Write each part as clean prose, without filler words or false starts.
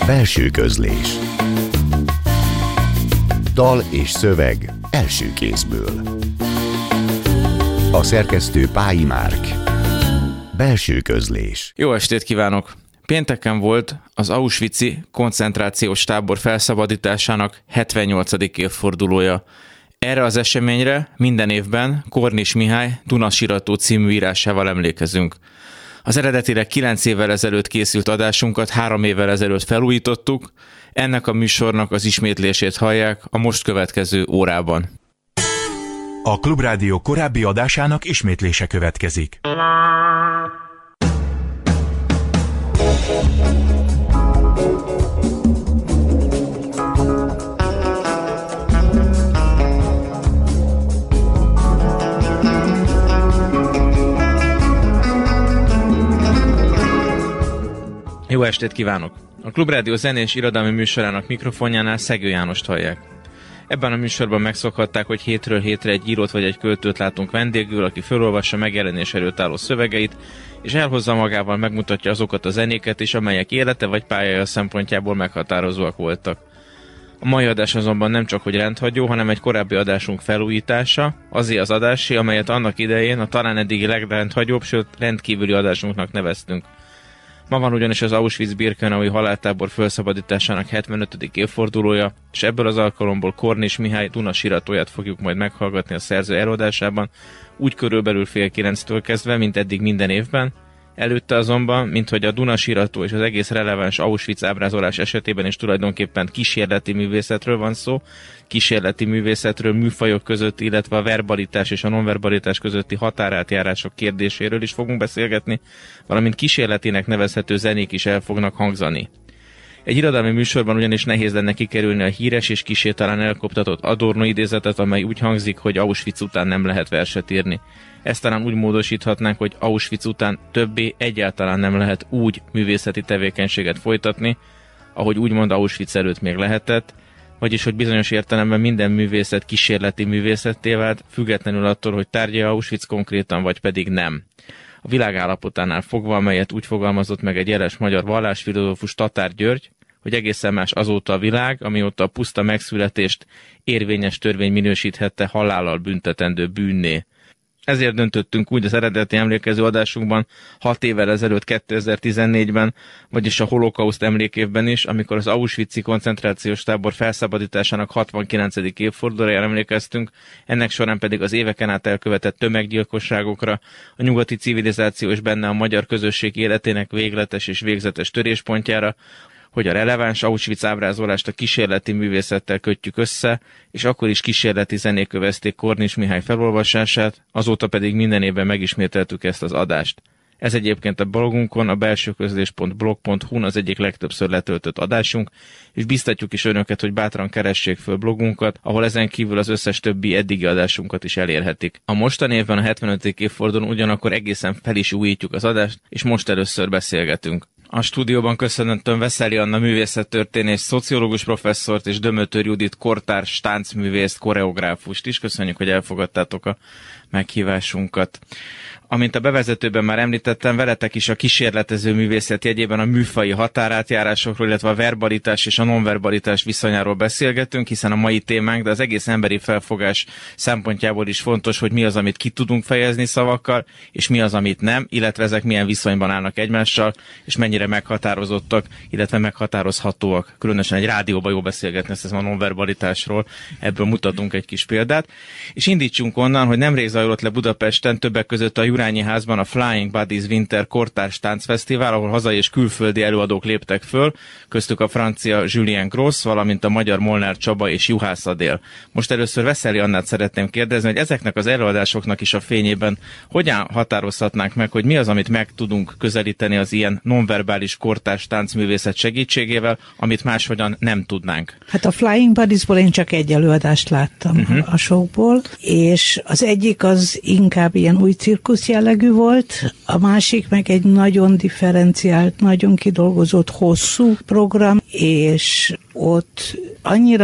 Belső közlés. Dal és szöveg első kézből. A szerkesztő Pályi Márk. Belső közlés. Jó estét kívánok! Pénteken volt az auschwitzi koncentrációs tábor felszabadításának 78. évfordulója. Erre az eseményre minden évben Kornis Mihály Dunasirató című írásával emlékezünk. Az eredetileg 9 évvel ezelőtt készült adásunkat 3 évvel ezelőtt felújítottuk, ennek a műsornak az ismétlését hallják a most következő órában. A Klubrádió korábbi adásának ismétlése következik. Jó estét kívánok! A Klubrádió zenés irodalmi műsorának mikrofonjánál Szegő Jánost hallják. Ebben a műsorban megszokhatták, hogy hétről hétre egy írót vagy egy költőt látunk vendégül, aki felolvassa megjelenés előtt álló szövegeit, és elhozza magával, megmutatja azokat a zenéket is, amelyek élete vagy pályája szempontjából meghatározóak voltak. A mai adás azonban nem csak hogy rendhagyó, hanem egy korábbi adásunk felújítása, azért az adásé, amelyet annak idején a talán eddigi legrendhagyóbb, sőt rendkívüli adásunknak neveztünk. Ma van ugyanis az Auschwitz-Birkenaui haláltábor felszabadításának 75. évfordulója, és ebből az alkalomból Kornis Mihály Dunasiratóját fogjuk majd meghallgatni a szerző előadásában, úgy körülbelül 8:30-től kezdve, mint eddig minden évben. Előtte azonban, minthogy a Dunasirató és az egész releváns Auschwitz ábrázolás esetében is tulajdonképpen kísérleti művészetről van szó, kísérleti művészetről, műfajok között, illetve a verbalitás és a nonverbalitás közötti határátjárások kérdéséről is fogunk beszélgetni, valamint kísérletének nevezhető zenék is el fognak hangzani. Egy irodalmi műsorban ugyanis nehéz lenne kikerülni a híres és kissé talán elkoptatott Adorno idézetet, amely úgy hangzik, hogy Auschwitz után nem lehet verset írni. Ezt talán úgy módosíthatnánk, hogy Auschwitz után többé egyáltalán nem lehet úgy művészeti tevékenységet folytatni, ahogy úgymond Auschwitz előtt még lehetett, vagyis hogy bizonyos értelemben minden művészet kísérleti művészetté vált, függetlenül attól, hogy tárgya Auschwitz konkrétan, vagy pedig nem. A világ állapotánál fogva, amelyet úgy fogalmazott meg egy jeles magyar vallásfilozófus, Tatár György, hogy egészen más azóta a világ, amióta a puszta megszületést érvényes törvény minősíthette halállal büntetendő bűnné. Ezért döntöttünk úgy az eredeti emlékező adásunkban 6 évvel ezelőtt 2014-ben, vagyis a holokauszt emlékévben is, amikor az auschwitzi koncentrációs tábor felszabadításának 69. évfordulójára emlékeztünk, ennek során pedig az éveken át elkövetett tömeggyilkosságokra, a nyugati civilizáció és benne a magyar közösség életének végletes és végzetes töréspontjára, hogy a releváns Auschwitz ábrázolást a kísérleti művészettel kötjük össze, és akkor is kísérleti zenék övezték Kornis Mihály felolvasását, azóta pedig minden évben megismételtük ezt az adást. Ez egyébként a blogunkon, a belsőközlés.blog.hu-n az egyik legtöbbször letöltött adásunk, és biztatjuk is önöket, hogy bátran keressék föl blogunkat, ahol ezen kívül az összes többi eddigi adásunkat is elérhetik. A mostani évben a 75. évfordulón ugyanakkor egészen fel is újítjuk az adást, és most először beszélgetünk. A stúdióban köszöntöm Veszeli Anna művészettörténész, szociológus professzort és Dömötör Judit kortárs táncművészt, koreográfust is. Köszönjük, hogy elfogadtátok a meghívásunkat. Amint a bevezetőben már említettem, veletek is a kísérletező művészet jegyében a műfaji határátjárásokról, illetve a verbalitás és a nonverbalitás viszonyáról beszélgetünk, hiszen a mai témánk, de az egész emberi felfogás szempontjából is fontos, hogy mi az, amit ki tudunk fejezni szavakkal, és mi az, amit nem, illetve ezek milyen viszonyban állnak egymással, és mennyire meghatározottak, illetve meghatározhatóak. Különösen egy rádióban jó beszélgetni ezt a nonverbalitásról, ebből mutatunk egy kis példát. És indítsunk onnan, hogy nemrég zajlott le Budapesten, többek között a Jurányi Házban a Flying Buddies Winter kortárs táncfesztivál, ahol hazai és külföldi előadók léptek föl, köztük a francia Julien Gross, valamint a magyar Molnár Csaba és Juhász Adél. Most először Veszeli Annát szeretném kérdezni, hogy ezeknek az előadásoknak is a fényében hogyan határozhatnánk meg, hogy mi az, amit meg tudunk közelíteni az ilyen nonverbális kortárs táncművészet segítségével, amit máshogyan nem tudnánk? Hát a Flying Buddiesból én csak egy előadást láttam a showból, és az egyik az inkább ilyen új cirkusz jellegű volt, a másik meg egy nagyon differenciált, nagyon kidolgozott, hosszú program, és ott annyira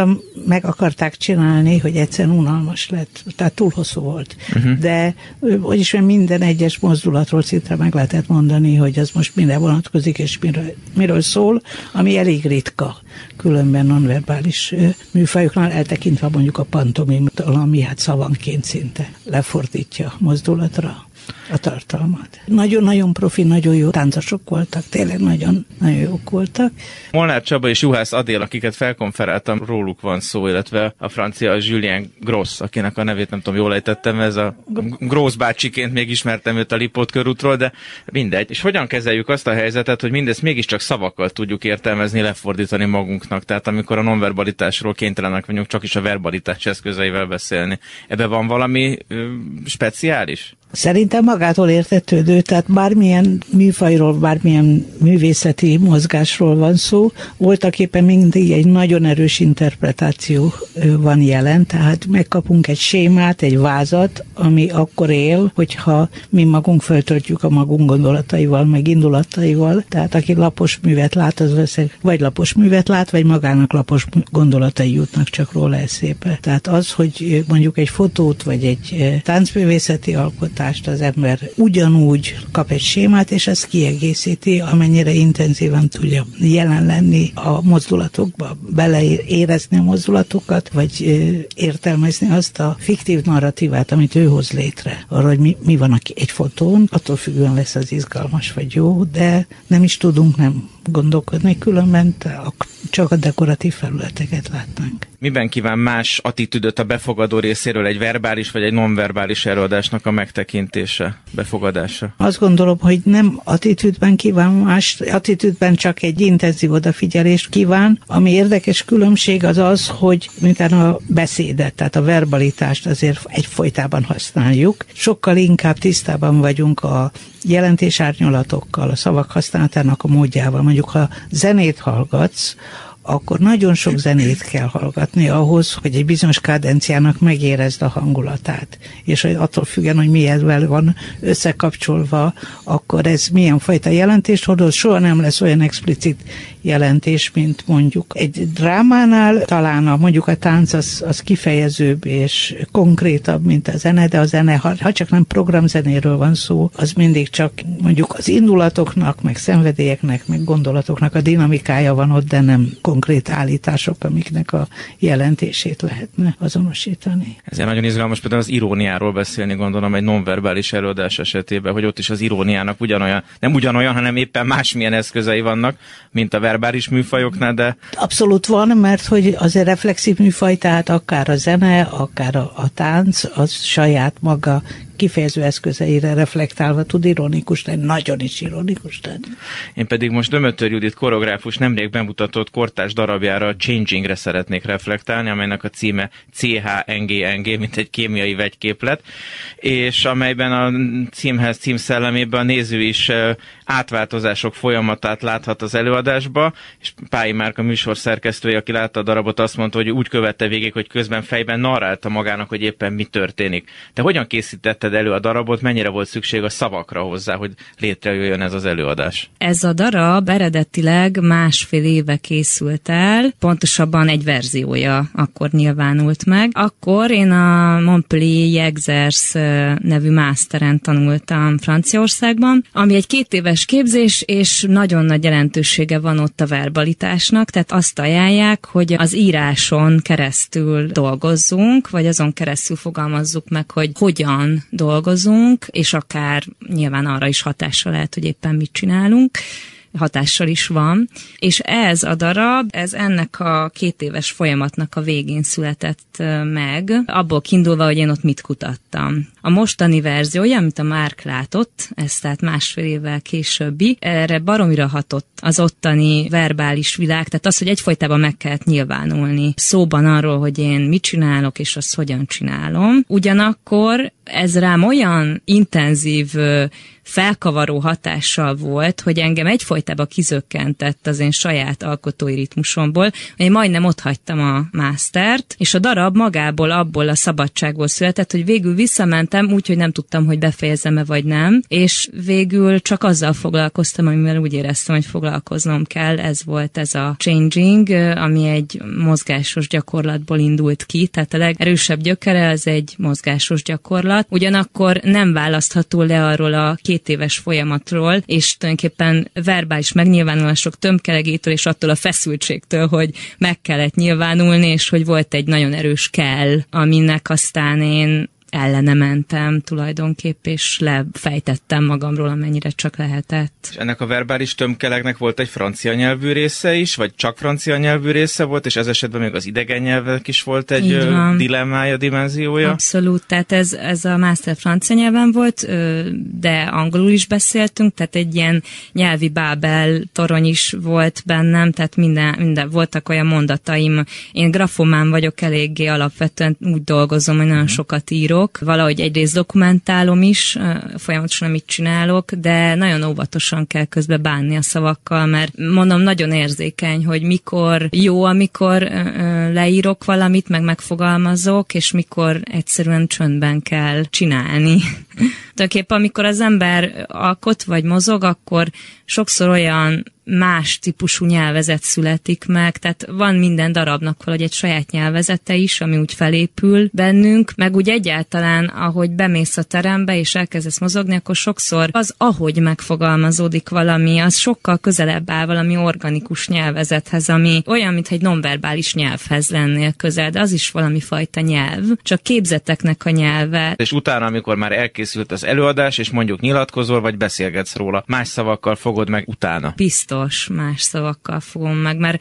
meg akarták csinálni, hogy egyszerűen unalmas lett, tehát túl hosszú volt. De vagyis minden egyes mozdulatról szinte meg lehetett mondani, hogy az most mire vonatkozik, és miről szól, ami elég ritka, különben nonverbális műfajoknál, eltekintve mondjuk a pantomimtól, ami hát szavanként szinte lefordítja mozdulatra a tartalmat. Nagyon-nagyon profi, nagyon jó táncosok voltak, tényleg nagyon jók voltak. Molnár Csaba és Juhász Adél, akiket felkonferáltam, róluk van szó, illetve a francia Julien Gross, akinek a nevét nem tudom, jól ejtettem, ez a Gross bácsiként még ismertem őt a Lipót körútról, de mindegy. És hogyan kezeljük azt a helyzetet, hogy mindezt mégiscsak szavakkal tudjuk értelmezni, lefordítani magunknak, tehát amikor a nonverbalitásról kénytelenek vagyunk csak is a verbalitás eszközeivel beszélni. Ebben van valami speciális? Szerintem magától értetődő, tehát bármilyen műfajról, bármilyen művészeti mozgásról van szó, voltak éppen mindig egy nagyon erős interpretáció van jelen, tehát megkapunk egy sémát, egy vázat, ami akkor él, hogyha mi magunk föltöltjük a magunk gondolataival, meg indulataival, tehát aki lapos művet lát, az vagy lapos művet lát, vagy magának lapos gondolatai jutnak csak róla eszébe. Tehát az, hogy mondjuk egy fotót, vagy egy táncművészeti alkotást az ember ugyanúgy kap egy sémát, és ezt kiegészíti, amennyire intenzíven tudja jelen lenni a mozdulatokba, beleérezni a mozdulatokat, vagy értelmezni azt a fiktív narratívát, amit ő hoz létre. Arra, hogy mi van egy fotón, attól függően lesz az izgalmas vagy jó, de nem is tudunk nem gondolkodni, különben csak a dekoratív felületeket látnánk. Miben kíván más attitűdöt a befogadó részéről egy verbális vagy egy nonverbális előadásnak a megtekintése, befogadása? Azt gondolom, hogy nem attitűdben kíván más, attitűdben csak egy intenzív odafigyelést kíván. Ami érdekes különbség az az, hogy miután a beszédet, tehát a verbalitást azért egyfolytában használjuk, sokkal inkább tisztában vagyunk a jelentésárnyalatokkal, a szavak használatának a módjával. Mondjuk, ha zenét hallgatsz, akkor nagyon sok zenét kell hallgatni ahhoz, hogy egy bizonyos kádenciának megérezd a hangulatát. És hogy attól függően, hogy milyenvel van összekapcsolva, akkor ez milyen fajta jelentést hordoz, soha nem lesz olyan explicit jelentés, mint mondjuk egy drámánál. Talán mondjuk a tánc az kifejezőbb és konkrétabb, mint a zene, de a zene, ha csak nem programzenéről van szó, az mindig csak mondjuk az indulatoknak, meg szenvedélyeknek, meg gondolatoknak a dinamikája van ott, de nem konkrét állítások, amiknek a jelentését lehetne azonosítani. Ezért nagyon izgalmas például az iróniáról beszélni, gondolom, egy nonverbális előadás esetében, hogy ott is az iróniának nem ugyanolyan, hanem éppen másmilyen eszközei vannak, mint a verbális műfajoknál, de... Abszolút van, mert hogy az egy reflexív műfaj, tehát akár a zene, akár a tánc, az saját maga kifejező eszközeire reflektálva tud ironikus lenni, nagyon is ironikus lenni. Én pedig most Dömötör Judit koreográfus nemrég bemutatott kortárs darabjára, a Changingre szeretnék reflektálni, amelynek a címe CHNGNG, mint egy kémiai vegyképlet, és amelyben a cím szellemében a néző is átváltozások folyamatát láthat az előadásba, és Pályi Márk, a műsor szerkesztője, aki látta a darabot, azt mondta, hogy úgy követte végig, hogy közben fejben narrálta magának, hogy éppen mi történik. Te hogyan készítetted elő a darabot, mennyire volt szükség a szavakra hozzá, hogy létrejöjjön ez az előadás? Ez a darab eredetileg 1,5 éve készült el, pontosabban egy verziója akkor nyilvánult meg. Akkor én a Montpellier Jegzers nevű masteren tanultam Franciaországban, ami egy 2 éves képzés, és nagyon nagy jelentősége van ott a verbalitásnak, tehát azt ajánlják, hogy az íráson keresztül dolgozzunk, vagy azon keresztül fogalmazzuk meg, hogy hogyan dolgozunk, és akár nyilván arra is hatással lehet, hogy éppen mit csinálunk, hatással is van, és ez a darab, ez ennek a 2 éves folyamatnak a végén született meg, abból kiindulva, hogy én ott mit kutattam. A mostani verziója, amit a Márk látott, ez tehát 1,5 évvel későbbi, erre baromira hatott az ottani verbális világ, tehát az, hogy egyfolytában meg kellett nyilvánulni szóban arról, hogy én mit csinálok, és azt hogyan csinálom. Ugyanakkor ez rám olyan intenzív, felkavaró hatással volt, hogy engem egyfolytában kizökkentett az én saját alkotói ritmusomból, hogy én majdnem otthagytam a mastert, és a darab magából, abból a szabadságból született, hogy végül visszamentem úgy, hogy nem tudtam, hogy befejezem-e vagy nem, és végül csak azzal foglalkoztam, amivel úgy éreztem, hogy foglalkoznom kell. Ez volt ez a Changing, ami egy mozgásos gyakorlatból indult ki, tehát a legerősebb gyökere az egy mozgásos gyakorlat. Ugyanakkor nem választható le arról a 2 éves folyamatról, és tulajdonképpen verbális megnyilvánulások tömkelegétől és attól a feszültségtől, hogy meg kellett nyilvánulni, és hogy volt egy nagyon erős kell, aminek aztán én ellene mentem tulajdonképp, és lefejtettem magamról, amennyire csak lehetett. És ennek a verbális tömkelegnek volt egy francia nyelvű része is, vagy csak francia nyelvű része volt, és ez esetben még az idegen nyelvek is volt egy dilemmája, dimenziója? Abszolút, tehát ez a master francia nyelven volt, de angolul is beszéltünk, tehát egy ilyen nyelvi Bábel torony is volt bennem, tehát minden voltak olyan mondataim. Én grafomán vagyok, eléggé alapvetően úgy dolgozom, hogy nagyon sokat írok, valahogy egyrészt dokumentálom is, folyamatosan amit csinálok, de nagyon óvatosan kell közben bánni a szavakkal, mert mondom, nagyon érzékeny, hogy mikor jó, amikor leírok valamit, meg megfogalmazok, és mikor egyszerűen csöndben kell csinálni. Tulajdonképpen amikor az ember alkot vagy mozog, akkor sokszor olyan más típusú nyelvezet születik meg, tehát van minden darabnak valahogy egy saját nyelvezete is, ami úgy felépül bennünk, meg úgy egyáltalán, ahogy bemész a terembe és elkezdesz mozogni, akkor sokszor az, ahogy megfogalmazódik valami, az sokkal közelebb áll valami organikus nyelvezethez, ami olyan, mintha egy nonverbális nyelvhez lennél közel, de az is valami fajta nyelv, csak képzeteknek a nyelve. És utána, amikor már elkészült az előadás, és mondjuk nyilatkozol, vagy beszélgetsz róla, más szavakkal fogod meg utána? Biztos más szavakkal fogom meg, mert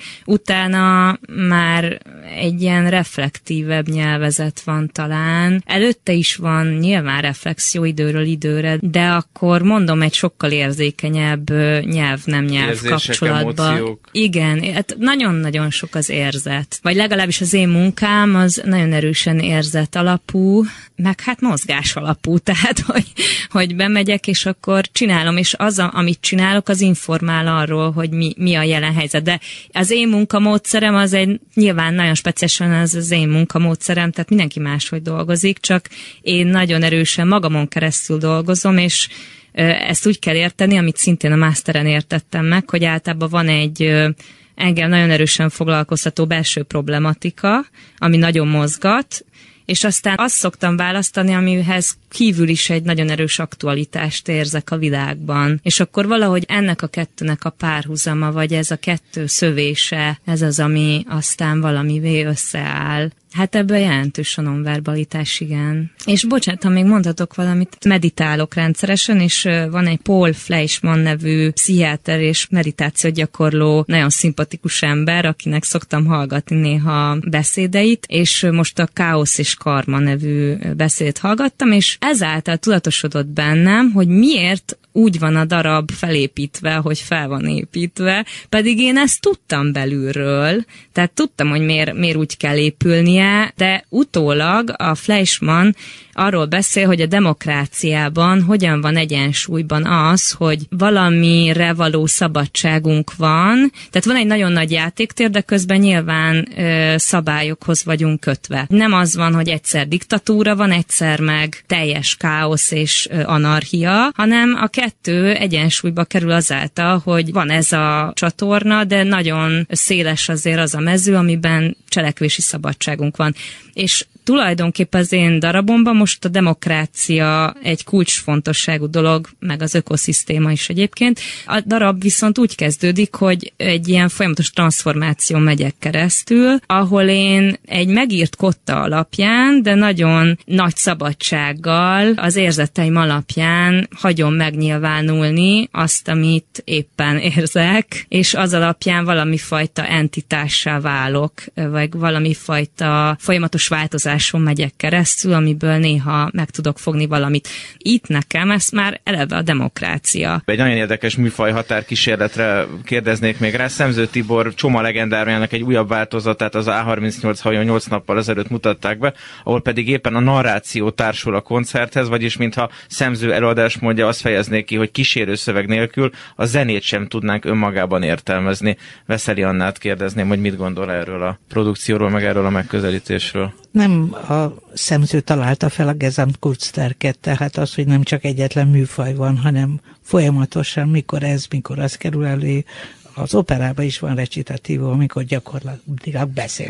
utána már egy ilyen reflektívebb nyelvezet van talán. Előtte is van nyilván reflexió időről időre, de akkor mondom egy sokkal érzékenyebb nyelv-nem nyelv érzések, kapcsolatban. Emóciók. Igen, hát nagyon-nagyon sok az érzet. Vagy legalábbis az én munkám az nagyon erősen érzet alapú, meg hát mozgás alapú, tehát hogy bemegyek, és akkor csinálom, és az, amit csinálok, az informál arról, hogy mi a jelen helyzet. De az én munkamódszerem az egy, nyilván nagyon speciálisan az én munkamódszerem, tehát mindenki máshogy dolgozik, csak én nagyon erősen magamon keresztül dolgozom, és ezt úgy kell érteni, amit szintén a masteren értettem meg, hogy általában van egy engem nagyon erősen foglalkoztató belső problematika, ami nagyon mozgat, és aztán azt szoktam választani, amihez kívül is egy nagyon erős aktualitást érzek a világban. És akkor valahogy ennek a kettőnek a párhuzama, vagy ez a kettő szövése, ez az, ami aztán valamivé összeáll. Hát ebből jelentős a nonverbalitás, igen. És bocsánat, ha még mondhatok valamit, meditálok rendszeresen, és van egy Paul Fleischmann nevű pszichiáter és meditációt gyakorló, nagyon szimpatikus ember, akinek szoktam hallgatni néha beszédeit, és most a Káosz és Karma nevű beszédet hallgattam, és ezáltal tudatosodott bennem, hogy miért úgy van a darab felépítve, hogy fel van építve, pedig én ezt tudtam belülről, tehát tudtam, hogy miért úgy kell épülnie, de utólag a Fleischmann arról beszél, hogy a demokráciában hogyan van egyensúlyban az, hogy valamire való szabadságunk van, tehát van egy nagyon nagy játéktér, de közben nyilván szabályokhoz vagyunk kötve. Nem az van, hogy egyszer diktatúra van, egyszer meg teljes káosz és anarchia, hanem a kettő egyensúlyba kerül azáltal, hogy van ez a csatorna, de nagyon széles azért az a mező, amiben cselekvési szabadságunk van. És tulajdonképpen az én darabomban most a demokrácia egy kulcsfontosságú dolog, meg az ökoszisztéma is egyébként. A darab viszont úgy kezdődik, hogy egy ilyen folyamatos transformáció megyek keresztül, ahol én egy megírt kotta alapján, de nagyon nagy szabadsággal az érzeteim alapján hagyom megnyilvánulni azt, amit éppen érzek, és az alapján valami fajta entitássá válok, vagy valami fajta folyamatos változás hallgatáson megyek keresztül, amiből néha meg tudok fogni valamit. Itt nekem ez már eleve a demokrácia. Egy nagyon érdekes műfaj határkísérletre kérdeznék még rá. Szemző Tibor Csoma legendárjának egy újabb változatát az A38 hajón 8 nappal ezelőtt mutatták be, ahol pedig éppen a narráció társul a koncerthez, vagyis mintha Szemző előadás mondja, azt fejeznék ki, hogy kísérő szöveg nélkül a zenét sem tudnánk önmagában értelmezni. Veszeli Annát kérdezném, hogy mit gondol erről a produkcióról, meg erről a megközelítésről. Nem a Szemző találta fel a Gesamtkunstwerket, tehát az, hogy nem csak egyetlen műfaj van, hanem folyamatosan, mikor az kerül elő. Az operában is van recitativo, amikor gyakorlatilag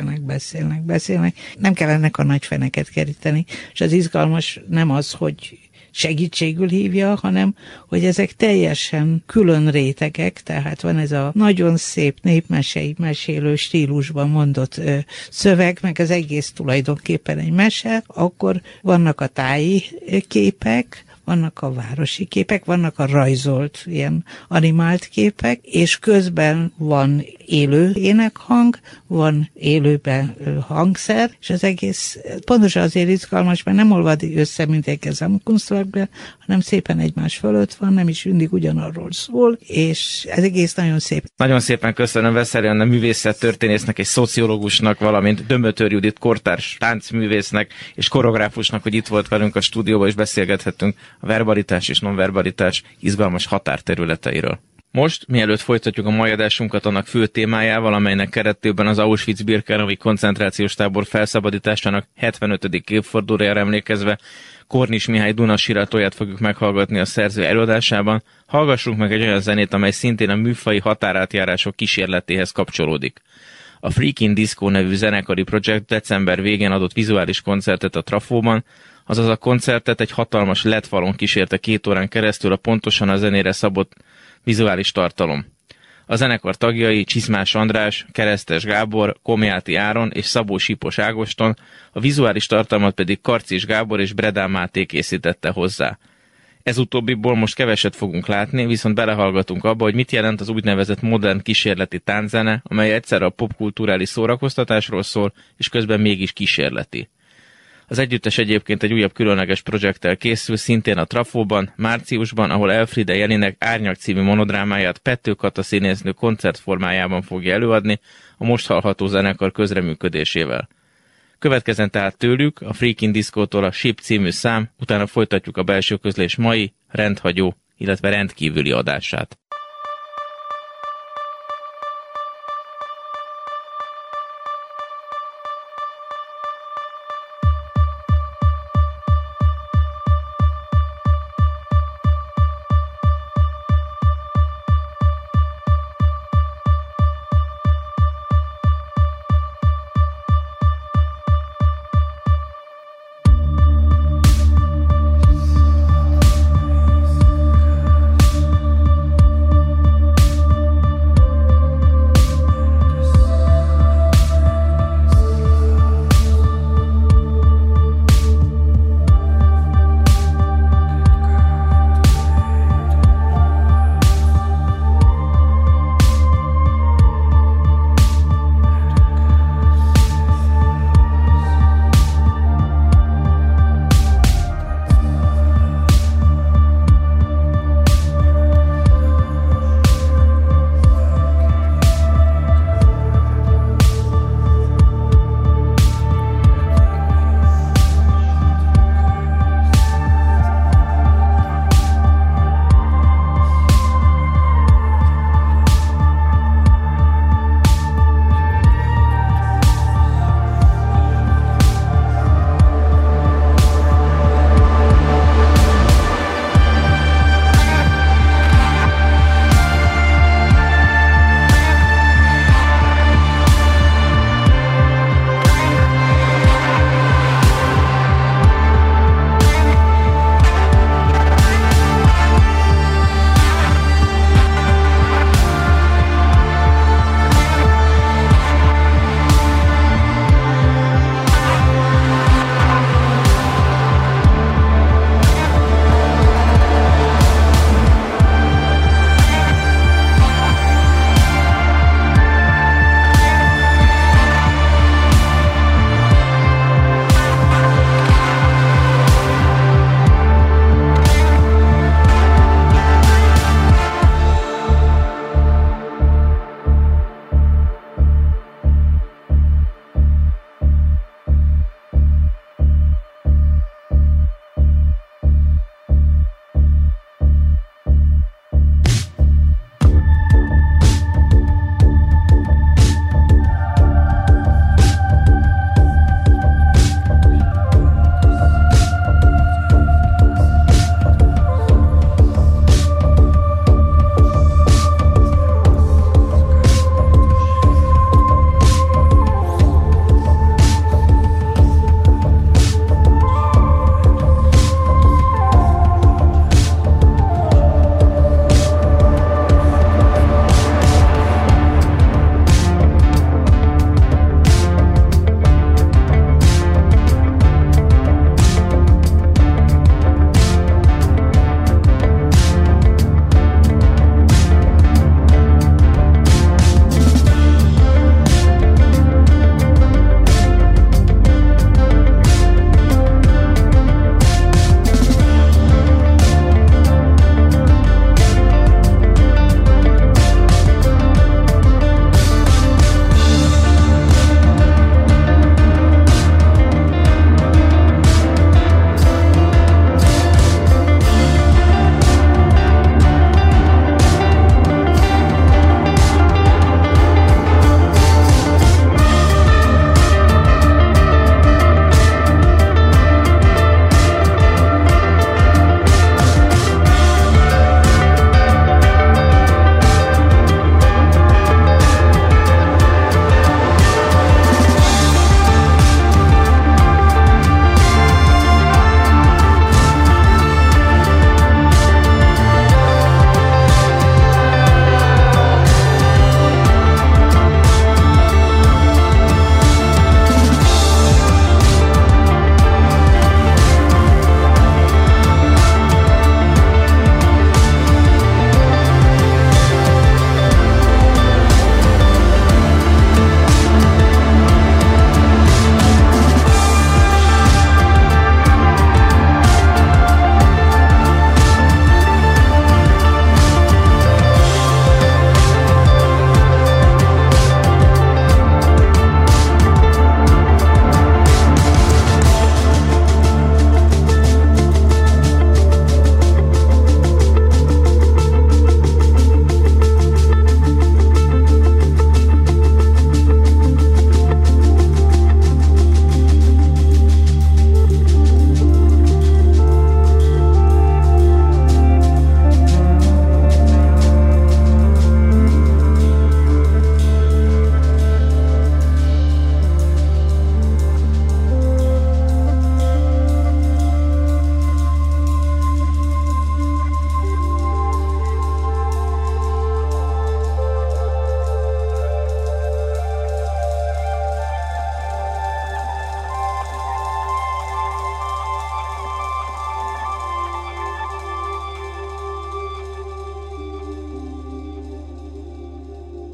beszélnek. Nem kell ennek a nagy feneket keríteni, és az izgalmas nem az, hogy segítségül hívja, hanem hogy ezek teljesen külön rétegek, tehát van ez a nagyon szép népmesei, mesélő stílusban mondott szöveg, meg az egész tulajdonképpen egy mese, akkor vannak a táji képek, vannak a városi képek, vannak a rajzolt, ilyen animált képek, és közben van élő énekhang, van élőben hangszer, és az egész pontosan azért izgalmas, mert nem olvad össze, mint egy Gesamtkunstwerkben, hanem szépen egymás fölött van, nem is mindig ugyanarról szól, és ez egész nagyon szép. Nagyon szépen köszönöm Veszeli Anna művészettörténésznek és szociológusnak, valamint Dömötör Judit kortárs táncművésznek és koreográfusnak, hogy itt volt velünk a stúdióban, és beszélgethettünk a verbalitás és nonverbalitás izgalmas határterületeiről. Most, mielőtt folytatjuk a mai adásunkat annak fő témájával, amelynek keretében az Auschwitz-Birkenaui koncentrációs tábor felszabadításának 75. évfordulójára emlékezve Kornis Mihály Duna sírátóját fogjuk meghallgatni a szerző előadásában, hallgassunk meg egy olyan zenét, amely szintén a műfaji határátjárások kísérletéhez kapcsolódik. A Freakin' Disco nevű zenekari projekt december végén adott vizuális koncertet a Trafóban, azaz a koncertet egy hatalmas LED-falon kísérte 2 órán keresztül a pontosan a zenére szabott vizuális tartalom. A zenekar tagjai Csiszmás András, Keresztes Gábor, Komjáti Áron és Szabó Sipos Ágoston, a vizuális tartalmat pedig Karcis Gábor és Bredán Máté készítette hozzá. Ez utóbbiból most keveset fogunk látni, viszont belehallgatunk abba, hogy mit jelent az úgynevezett modern kísérleti tánczene, amely egyszerre a popkulturális szórakoztatásról szól, és közben mégis kísérleti. Az együttes egyébként egy újabb különleges projekttel készül, szintén a Trafóban, márciusban, ahol Elfriede Jelinek Árnyak című monodrámáját Pettő Kata színésznő koncertformájában fogja előadni a most hallható zenekar közreműködésével. Következzen tehát tőlük a Freakin' Disco-tól a Ship című szám, utána folytatjuk a belső közlés mai, rendhagyó, illetve rendkívüli adását.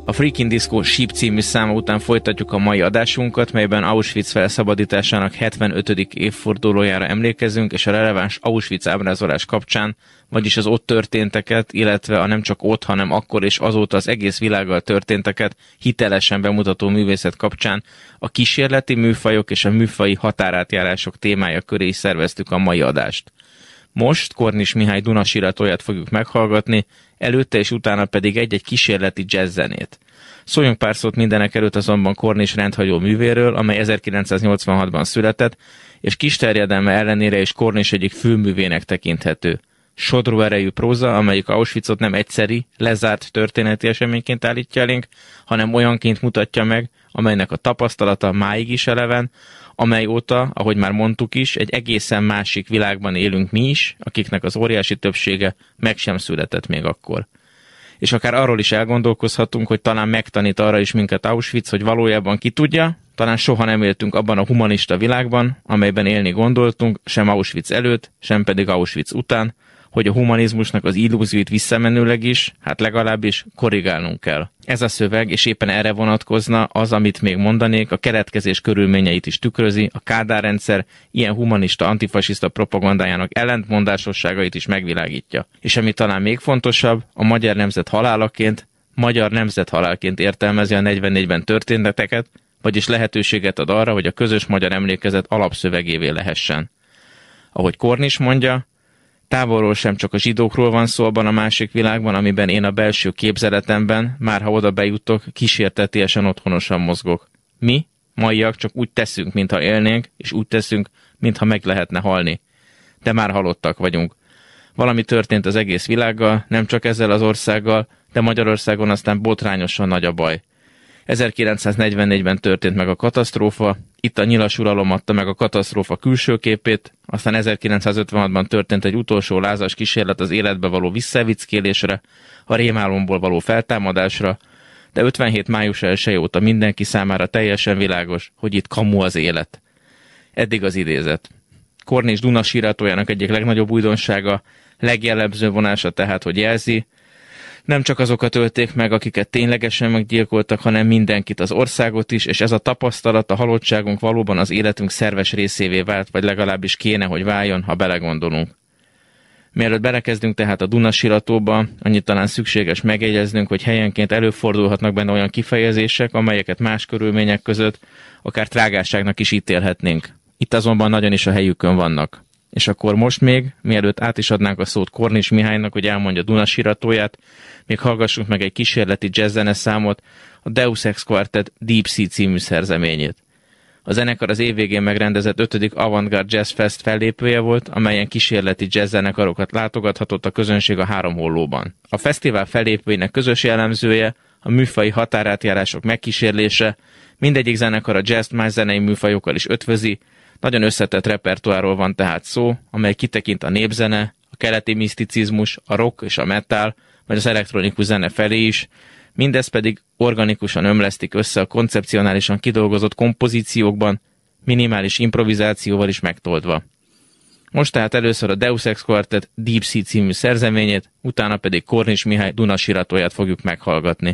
A Freakin' Disco Sheep című száma után folytatjuk a mai adásunkat, melyben Auschwitz felszabadításának 75. évfordulójára emlékezünk, és a releváns Auschwitz ábrázolás kapcsán, vagyis az ott történteket, illetve a nem csak ott, hanem akkor és azóta az egész világgal történteket hitelesen bemutató művészet kapcsán a kísérleti műfajok és a műfaji határátjárások témája köré is szerveztük a mai adást. Most Kornis Mihály Dunasiratóját fogjuk meghallgatni, előtte és utána pedig egy-egy kísérleti jazzzenét. Szóljunk pár szót mindenek előtt azonban Kornis rendhagyó művéről, amely 1986-ban született, és kis terjedelme ellenére is Kornis egyik főművének tekinthető. Sodró erejű próza, amelyik Auschwitzot nem egyszeri, lezárt történeti eseményként állítja elénk, hanem olyanként mutatja meg, amelynek a tapasztalata máig is eleven, amely óta, ahogy már mondtuk is, egy egészen másik világban élünk mi is, akiknek az óriási többsége meg sem született még akkor. És akár arról is elgondolkozhatunk, hogy talán megtanít arra is minket Auschwitz, hogy valójában ki tudja, talán soha nem éltünk abban a humanista világban, amelyben élni gondoltunk, sem Auschwitz előtt, sem pedig Auschwitz után, hogy a humanizmusnak az illúzióit visszamenőleg is, hát legalábbis korrigálnunk kell. Ez a szöveg, és éppen erre vonatkozna az, amit még mondanék, a keletkezés körülményeit is tükrözi, a Kádár rendszer ilyen humanista, antifasiszta propagandájának ellentmondásosságait is megvilágítja. És ami talán még fontosabb, a magyar nemzet halálaként, magyar nemzethalálként értelmezi a 44-ben történeteket, vagyis lehetőséget ad arra, hogy a közös magyar emlékezet alapszövegévé lehessen. Ahogy Kornis mondja, távolról sem csak a zsidókról van szó abban a másik világban, amiben én a belső képzeletemben, már ha oda bejutok, kísértetiesen otthonosan mozgok. Mi, maiak csak úgy teszünk, mintha élnénk, és úgy teszünk, mintha meg lehetne halni. De már halottak vagyunk. Valami történt az egész világgal, nem csak ezzel az országgal, de Magyarországon aztán botrányosan nagy a baj. 1944-ben történt meg a katasztrófa, itt a nyilas uralom adta meg a katasztrófa külső képét, aztán 1956-ban történt egy utolsó lázas kísérlet az életbe való visszavickélésre, a rémálomból való feltámadásra, de 57. május 1 óta mindenki számára teljesen világos, hogy itt kamu az élet. Eddig az idézet. Kornis Dunasiratójának egyik legnagyobb újdonsága, legjellemzőbb vonása tehát, hogy jelzi, nem csak azokat ölték meg, akiket ténylegesen meggyilkoltak, hanem mindenkit, az országot is, és ez a tapasztalat, a halottságunk valóban az életünk szerves részévé vált, vagy legalábbis kéne, hogy váljon, ha belegondolunk. Mielőtt belekezdünk tehát a Dunasiratóba, annyit talán szükséges megjegyeznünk, hogy helyenként előfordulhatnak benne olyan kifejezések, amelyeket más körülmények között akár trágárságnak is ítélhetnénk. Itt azonban nagyon is a helyükön vannak. És akkor most még, mielőtt át is adnánk a szót Kornis Mihálynak, hogy elmondja Dunasiratóját, még hallgassunk meg egy kísérleti jazzzene számot, a Deus Ex Quartet Deep Sea című szerzeményét. A zenekar az évvégén megrendezett 5. Avantgarde Jazz Fest fellépője volt, amelyen kísérleti jazzzenekarokat látogathatott a közönség a 3 hollóban. A fesztivál fellépőinek közös jellemzője, a műfaji határátjárások megkísérlése, mindegyik zenekar a jazz más zenei műfajokkal is ötvözi, nagyon összetett repertoárról van tehát szó, amely kitekint a népzene, a keleti miszticizmus, a rock és a metal, vagy az elektronikus zene felé is, mindez pedig organikusan ömlesztik össze a koncepcionálisan kidolgozott kompozíciókban, minimális improvizációval is megtoldva. Most tehát először a Deus Ex Quartet Deep Sea című szerzeményét, utána pedig Kornis Mihály Dunasiratóját fogjuk meghallgatni.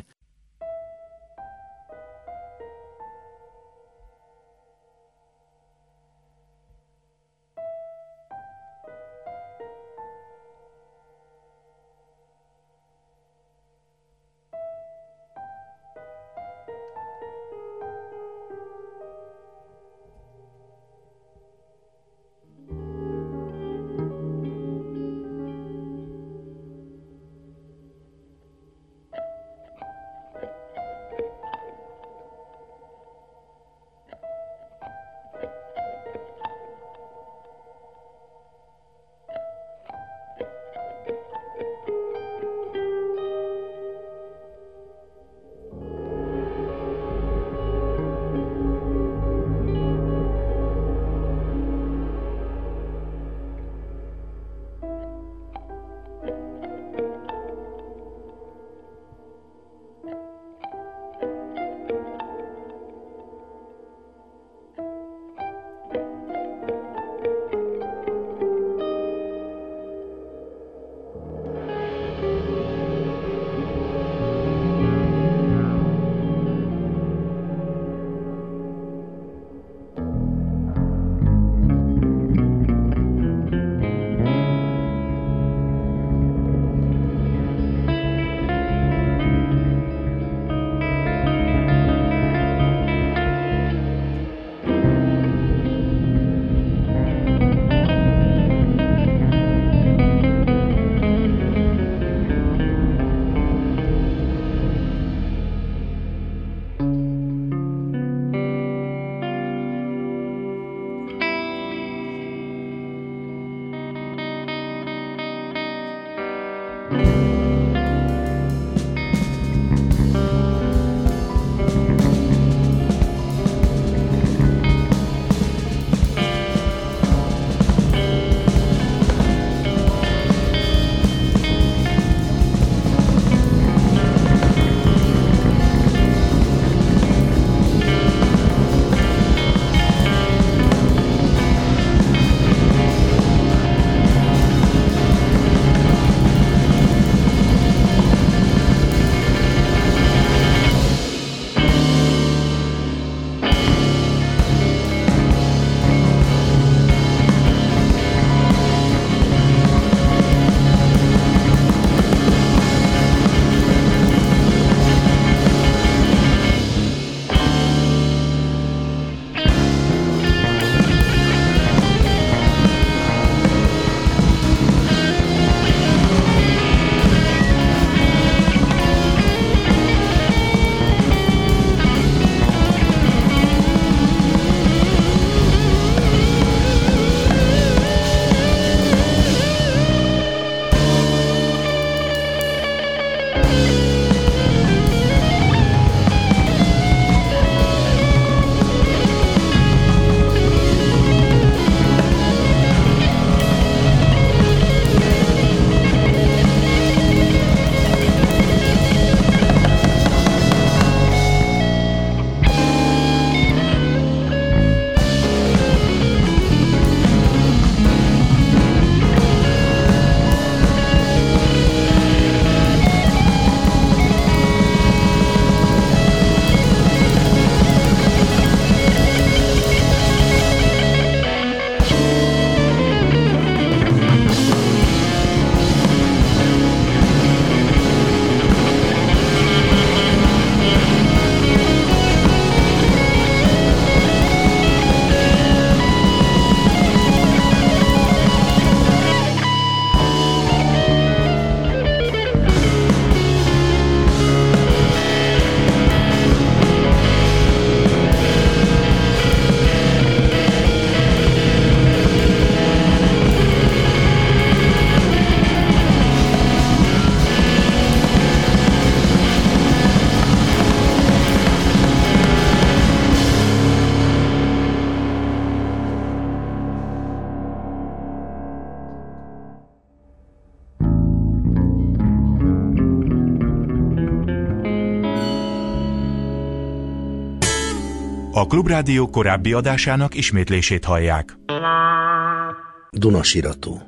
A Klubrádió korábbi adásának ismétlését hallják. Dunasirató.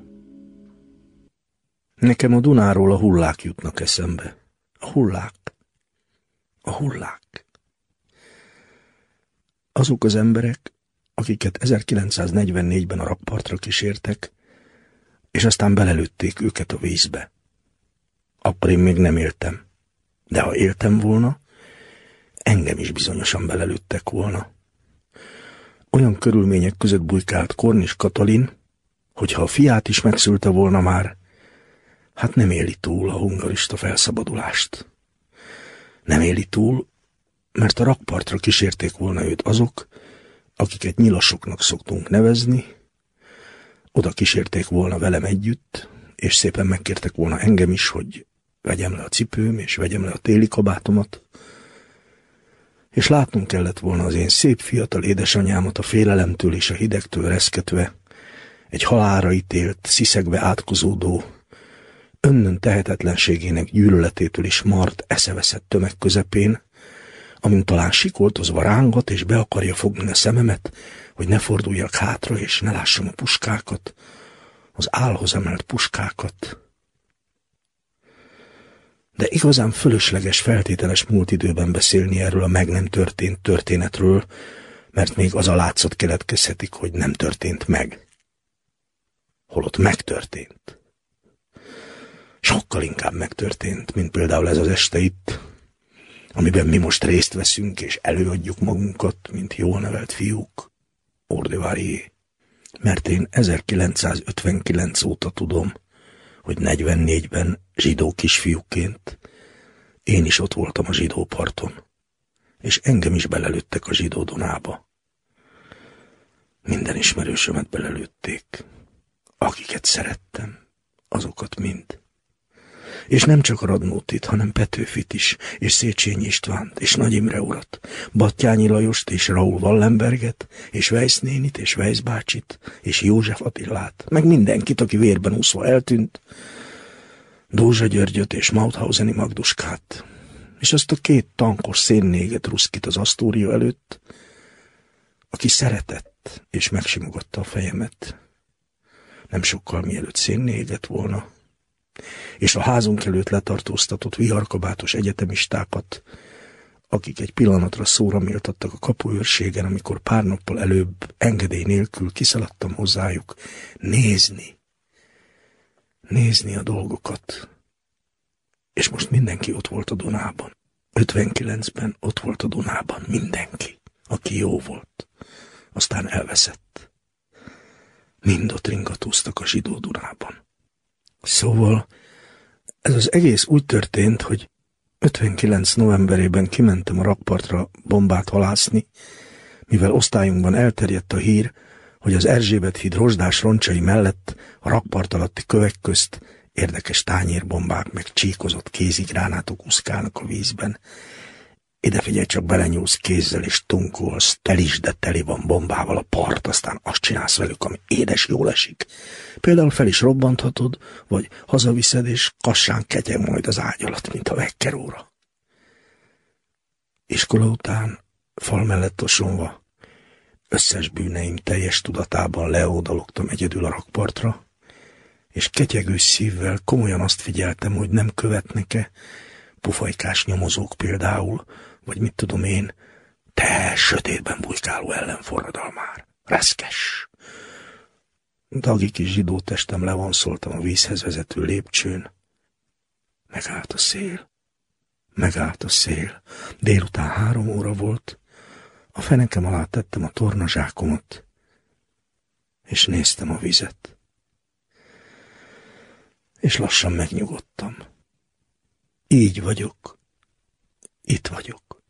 Nekem a Dunáról a hullák jutnak eszembe. A hullák. A hullák. Azok az emberek, akiket 1944-ben a rakpartra kísértek, és aztán belelőtték őket a vízbe. Akkor én még nem éltem. De ha éltem volna, engem is bizonyosan belelőttek volna. Olyan körülmények között bujkált Kornis Katalin, hogyha a fiát is megszülte volna már, hát nem éli túl a hungarista felszabadulást. Nem éli túl, mert a rakpartra kísérték volna őt azok, akiket nyilasoknak szoktunk nevezni, oda kísérték volna velem együtt, és szépen megkértek volna engem is, hogy vegyem le a cipőm, és vegyem le a téli kabátomat, és látnunk kellett volna az én szép fiatal édesanyámat a félelemtől és a hidegtől reszketve, egy halálra ítélt, sziszegve átkozódó, önnön tehetetlenségének gyűlöletétől is mart, eszeveszett tömeg közepén, amin talán sikoltozva rángat és be akarja fogni a szememet, hogy ne forduljak hátra és ne lássam a puskákat, az állhoz emelt puskákat. De igazán fölösleges, feltételes múlt időben beszélni erről a meg nem történt történetről, mert még az a látszat keletkezhetik, hogy nem történt meg. Holott megtörtént. Sokkal inkább megtörtént, mint például ez az este itt, amiben mi most részt veszünk és előadjuk magunkat, mint jól nevelt fiúk. Ordevarié. Mert én 1959 óta tudom, hogy 44-ben zsidó kisfiúként én is ott voltam a zsidó parton, és engem is belelőttek a zsidó Dunába. Minden ismerősömet belelőtték. Akiket szerettem, azokat mind. És nem csak a Radnótit, hanem Petőfit is, és Széchenyi Istvánt, és Nagy Imre urat, Batthyányi Lajost, és Raúl Wallenberget, és Weiss nénit, és Weiss bácsit, és József Attilát, meg mindenkit, aki vérben úszva eltűnt, Dózsa Györgyöt és Mauthauseni Magduskát, és azt a 2 tankos szénnéget ruszkit az Asztória előtt, aki szeretett, és megsimogatta a fejemet. Nem sokkal mielőtt szénnéget volna, és a házunk előtt letartóztatott viharkabátos egyetemistákat, akik egy pillanatra szóra méltattak a kapuőrségen, amikor pár nappal előbb engedély nélkül kiszaladtam hozzájuk nézni a dolgokat. És most mindenki ott volt a Dunában. 59-ben ott volt a Dunában mindenki, aki jó volt. Aztán elveszett. Mind ott ringatóztak a zsidó Dunában. Szóval ez az egész úgy történt, hogy 59 novemberében kimentem a rakpartra bombát halászni, mivel osztályunkban elterjedt a hír, hogy az Erzsébet híd rozsdás roncsai mellett a rakpart alatti kövek közt érdekes tányérbombák meg csíkozott kézigránátok úszkálnak a vízben. Ide figyelj, csak belenyúlsz kézzel és tunkolsz, de teli van bombával a part, aztán azt csinálsz velük, ami édes jól esik. Például fel is robbanthatod, vagy hazaviszed, és kassán ketyeg majd az ágy alatt, mint a vekkeróra. Iskola után, fal mellett osonva, összes bűneim teljes tudatában leódalogtam egyedül a rakpartra, és ketyegő szívvel komolyan azt figyeltem, hogy nem követnek-e pufajkás nyomozók például, vagy mit tudom én, te sötétben bujkáló ellenforradalmár, reszkes. Dagi kis zsidó testem levonszoltam a vízhez vezető lépcsőn. Megállt a szél. Délután 3 óra volt, a fenekem alá tettem a tornazsákomat, és néztem a vizet. És lassan megnyugodtam. Így vagyok. Itt vagyok.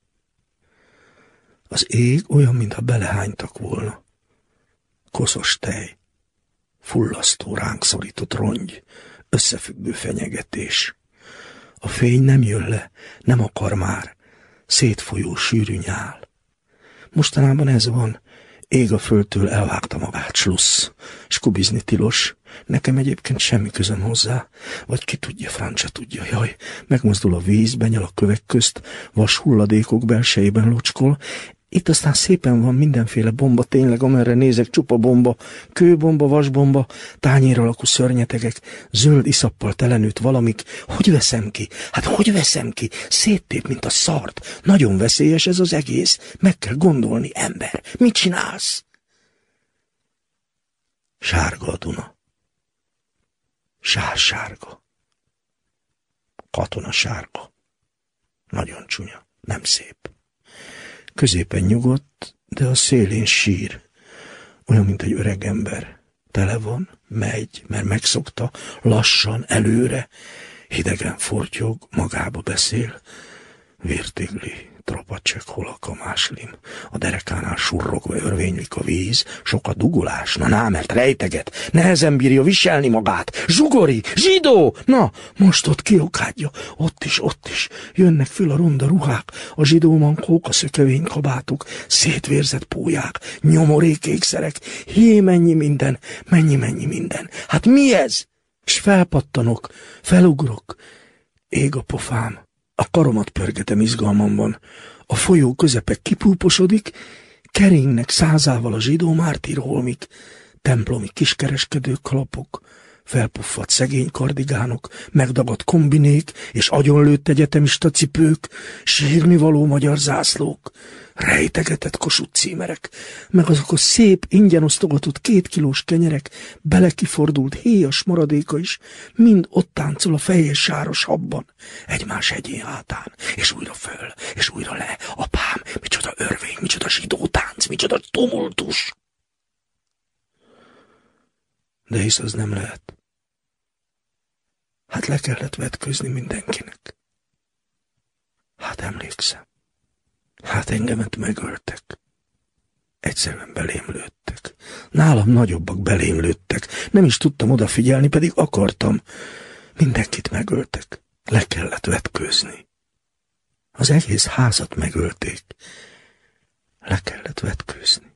Az ég olyan, mintha belehánytak volna. Koszos tej, fullasztó ránk szorított rongy, összefüggő fenyegetés. A fény nem jön le, nem akar már, szétfolyó sűrű nyál. Mostanában ez van, ég a földtől elvágta magát slussz, skubizni tilos, nekem egyébként semmi közöm hozzá, vagy ki tudja, francia tudja, jaj, megmozdul a víz, benyal a kövek közt, vas hulladékok belsejében locskol, Itt aztán szépen van mindenféle bomba, tényleg, amerre nézek, csupa bomba, kőbomba, vasbomba, tányér alakú szörnyetegek, zöld iszappal telenőtt valamik. Hogy veszem ki? Hát hogy veszem ki? Széttép, mint a szart. Nagyon veszélyes ez az egész. Meg kell gondolni, ember. Mit csinálsz? Sárga a Duna. Sársárga. Katona sárga. Nagyon csúnya, nem szép. Középen nyugodt, de a szélén sír. Olyan, mint egy öreg ember. Tele van, megy, mert megszokta, lassan, előre. Hidegen fortyog, magába beszél. Vértigli, Tropacsek, Holaka, Máslim. A derekánál surrogva örvénylik a víz, sok a dugulás, na ná, mert rejteget, nehezen bírja viselni magát. Zsugori, zsidó! Na, most ott kiokádja, ott is, jönnek föl a ronda ruhák, a zsidó mankók, a szökevény kabátok, szétvérzett pólyák, nyomorék ékszerek, hé, mennyi minden, minden. Hát mi ez? S felpattanok, felugrok, ég a pofám. A karomat pörgetem izgalmamban. A folyó közepe kipúposodik, keringnek százával a zsidó mártírholmik, templomi kiskereskedők kalapok, felpuffadt szegény kardigánok, megdagadt kombinék és agyonlőtt egyetemista cipők, sírnivaló magyar zászlók, rejtegetett Kossuth címerek, meg azok a szép, ingyen osztogatott 2 kilós kenyerek, belekifordult héjas maradéka is, mind ott táncol a fejes sáros habban, egymás hegyén hátán, és újra föl, és újra le. Apám, micsoda örvény, micsoda zsidó tánc, micsoda tumultus! De hisz az nem lehet. Hát le kellett vetközni mindenkinek. Hát emlékszem. Hát engemet megöltek. Egyszerűen belém lőttek. Nálam nagyobbak belém lőttek. Nem is tudtam odafigyelni, pedig akartam. Mindenkit megöltek. Le kellett vetkőzni. Az egész házat megölték. Le kellett vetkőzni.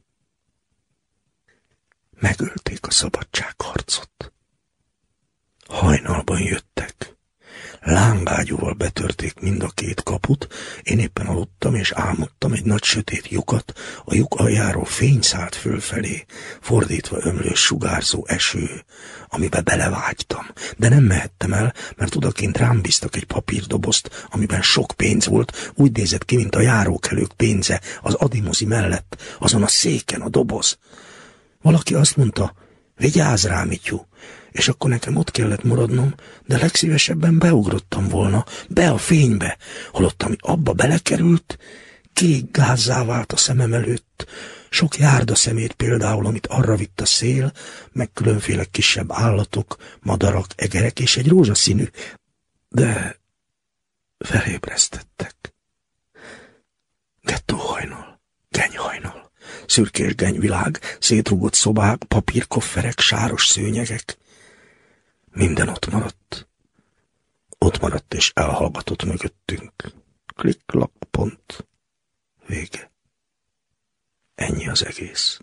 Megölték a szabadságharcot. Hajnalban jöttek. Lángágyúval betörték mind a 2 kaput, én éppen aludtam és álmodtam egy nagy sötét lyukat, a lyuk aljáról fény szállt fölfelé, fordítva ömlő sugárzó eső, amibe belevágytam, de nem mehettem el, mert odakint rám bíztak egy papírdobozt, amiben sok pénz volt, úgy nézett ki, mint a járókelők pénze, az adimozi mellett, azon a széken a doboz. Valaki azt mondta, vigyázz rá, Mityu, és akkor nekem ott kellett maradnom, de legszívesebben beugrottam volna, be a fénybe, holott ami abba belekerült, kék gázzá vált a szemem előtt, sok járda szemét például, amit arra vitt a szél, meg különféle kisebb állatok, madarak, egerek és egy rózsaszínű, de felébresztettek. Gettóhajnal, genyhajnal, szürkés genyvilág, szétrugott szobák, papírkofferek, sáros szőnyegek. Minden ott maradt. Ott maradt és elhallgatott mögöttünk. Klik-klak, pont. Vége. Ennyi az egész.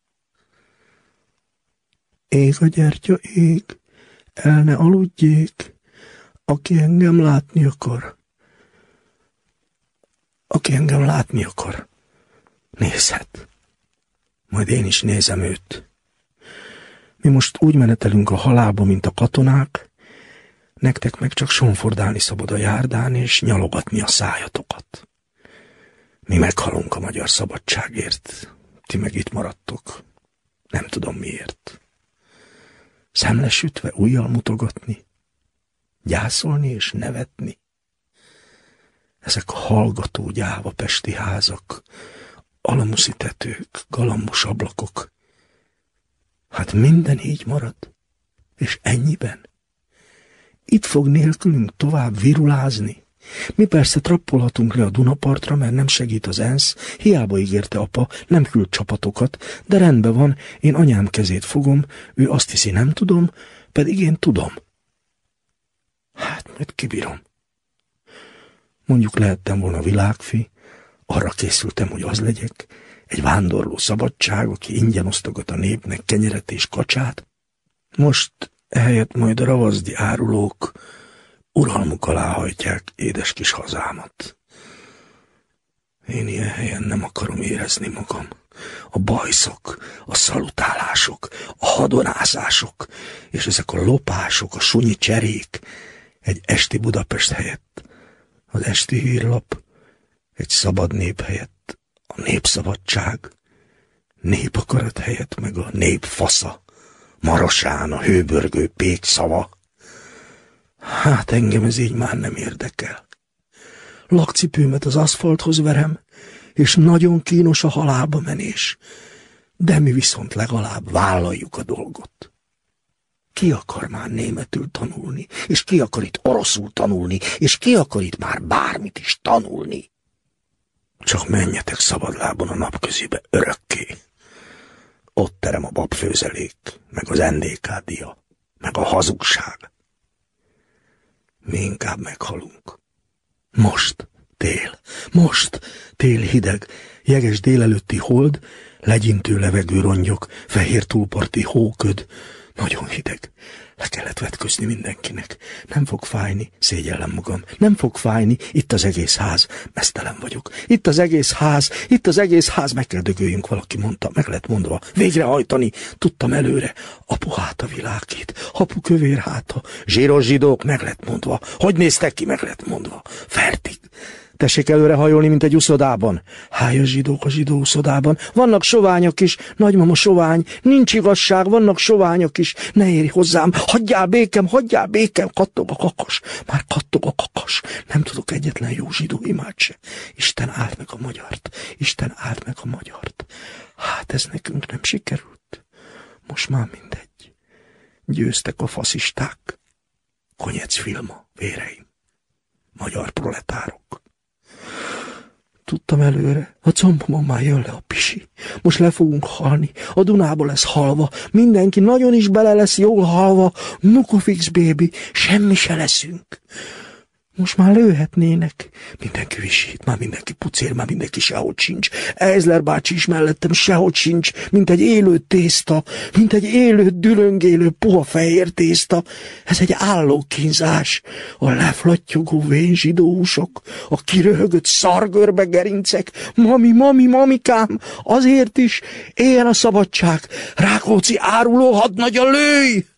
Ég a gyertya, ég, el ne aludjék, aki engem látni akar. Aki engem látni akar, nézhet. Majd én is nézem őt. Mi most úgy menetelünk a halálba, mint a katonák, nektek meg csak sonfordálni szabad a járdán, és nyalogatni a szájatokat. Mi meghalunk a magyar szabadságért, ti meg itt maradtok. Nem tudom miért. Szemlesütve ujjal mutogatni, gyászolni és nevetni. Ezek a hallgató gyáva pesti házak, alamuszi tetők, galambos ablakok. Hát minden így marad, és ennyiben. Itt fog nélkülünk tovább virulázni. Mi persze trappolhatunk le a Dunapartra, mert nem segít az ENSZ, hiába ígérte apa, nem küld csapatokat, de rendben van, én anyám kezét fogom, ő azt hiszi nem tudom, pedig én tudom. Hát, majd kibírom. Mondjuk lehettem volna világfi, arra készültem, hogy az legyek, egy vándorló szabadság, aki ingyen osztogat a népnek kenyeret és kacsát. Most ehelyett majd a ravaszdi árulók uralmuk alá hajtják édes kis hazámat. Én ilyen helyen nem akarom érezni magam. A bajszok, a szalutálások, a hadonázások, és ezek a lopások, a sunyi cserék egy esti Budapest helyett, az esti hírlap, egy szabad nép helyett, a népszabadság, népakarat helyett meg a nép fasza, Marosán a hőbörgő pék szava. Hát engem ez így már nem érdekel. Lakcipőmet az aszfalthoz verem, és nagyon kínos a halálba menés, de mi viszont legalább vállaljuk a dolgot. Ki akar már németül tanulni, és ki akar itt oroszul tanulni, és ki akar itt már bármit is tanulni? Csak menjetek szabadlábon a napközibe örökké. Ott terem a babfőzelék, meg az NDK dia, meg a hazugság. Mi inkább meghalunk. Most tél hideg, jeges délelőtti hold, legyintő levegő rongyok, fehér túlparti hóköd, nagyon hideg. Le kellett vetközni mindenkinek. Nem fog fájni, szégyellem magam. Nem fog fájni, itt az egész ház. Meztelen vagyok. Itt az egész ház, meg kell dögöljünk, valaki mondta, meg lett mondva. Végrehajtani, tudtam előre. Apu háta világít, apu kövér háta. Zsíros zsidók, meg lett mondva. Hogy néztek ki, meg lett mondva. Fertig. Tessék előre hajolni, mint egy uszodában. Hájas zsidók a zsidó uszodában. Vannak soványok is, nagymama sovány. Nincs igazság, vannak soványok is. Ne érj hozzám, hagyjál békem, kattog a kakas. Már kattog a kakas. Nem tudok egyetlen jó zsidó imát se. Isten áld meg a magyart. Hát ez nekünk nem sikerült. Most már mindegy. Győztek a faszisták. Konyec filma, véreim. Magyar proletárok. Tudtam előre, a combomon már jön le a pisi. Most le fogunk halni, a Dunába lesz halva, mindenki nagyon is bele lesz jól halva, Nukofix baby, semmi se leszünk. Most már lőhetnének. Mindenki visít, már mindenki pucér, már mindenki sehogy sincs. Eizler bácsi is mellettem sehogy sincs, mint egy élő tészta, mint egy élő, dülöngélő, puha fehér tészta. Ez egy állókínzás. A leflattyogó vén zsidóusok, a kiröhögött szargörbe gerincek. Mamikám, azért is éljen a szabadság. Rákóczi áruló hadnagya, lőj!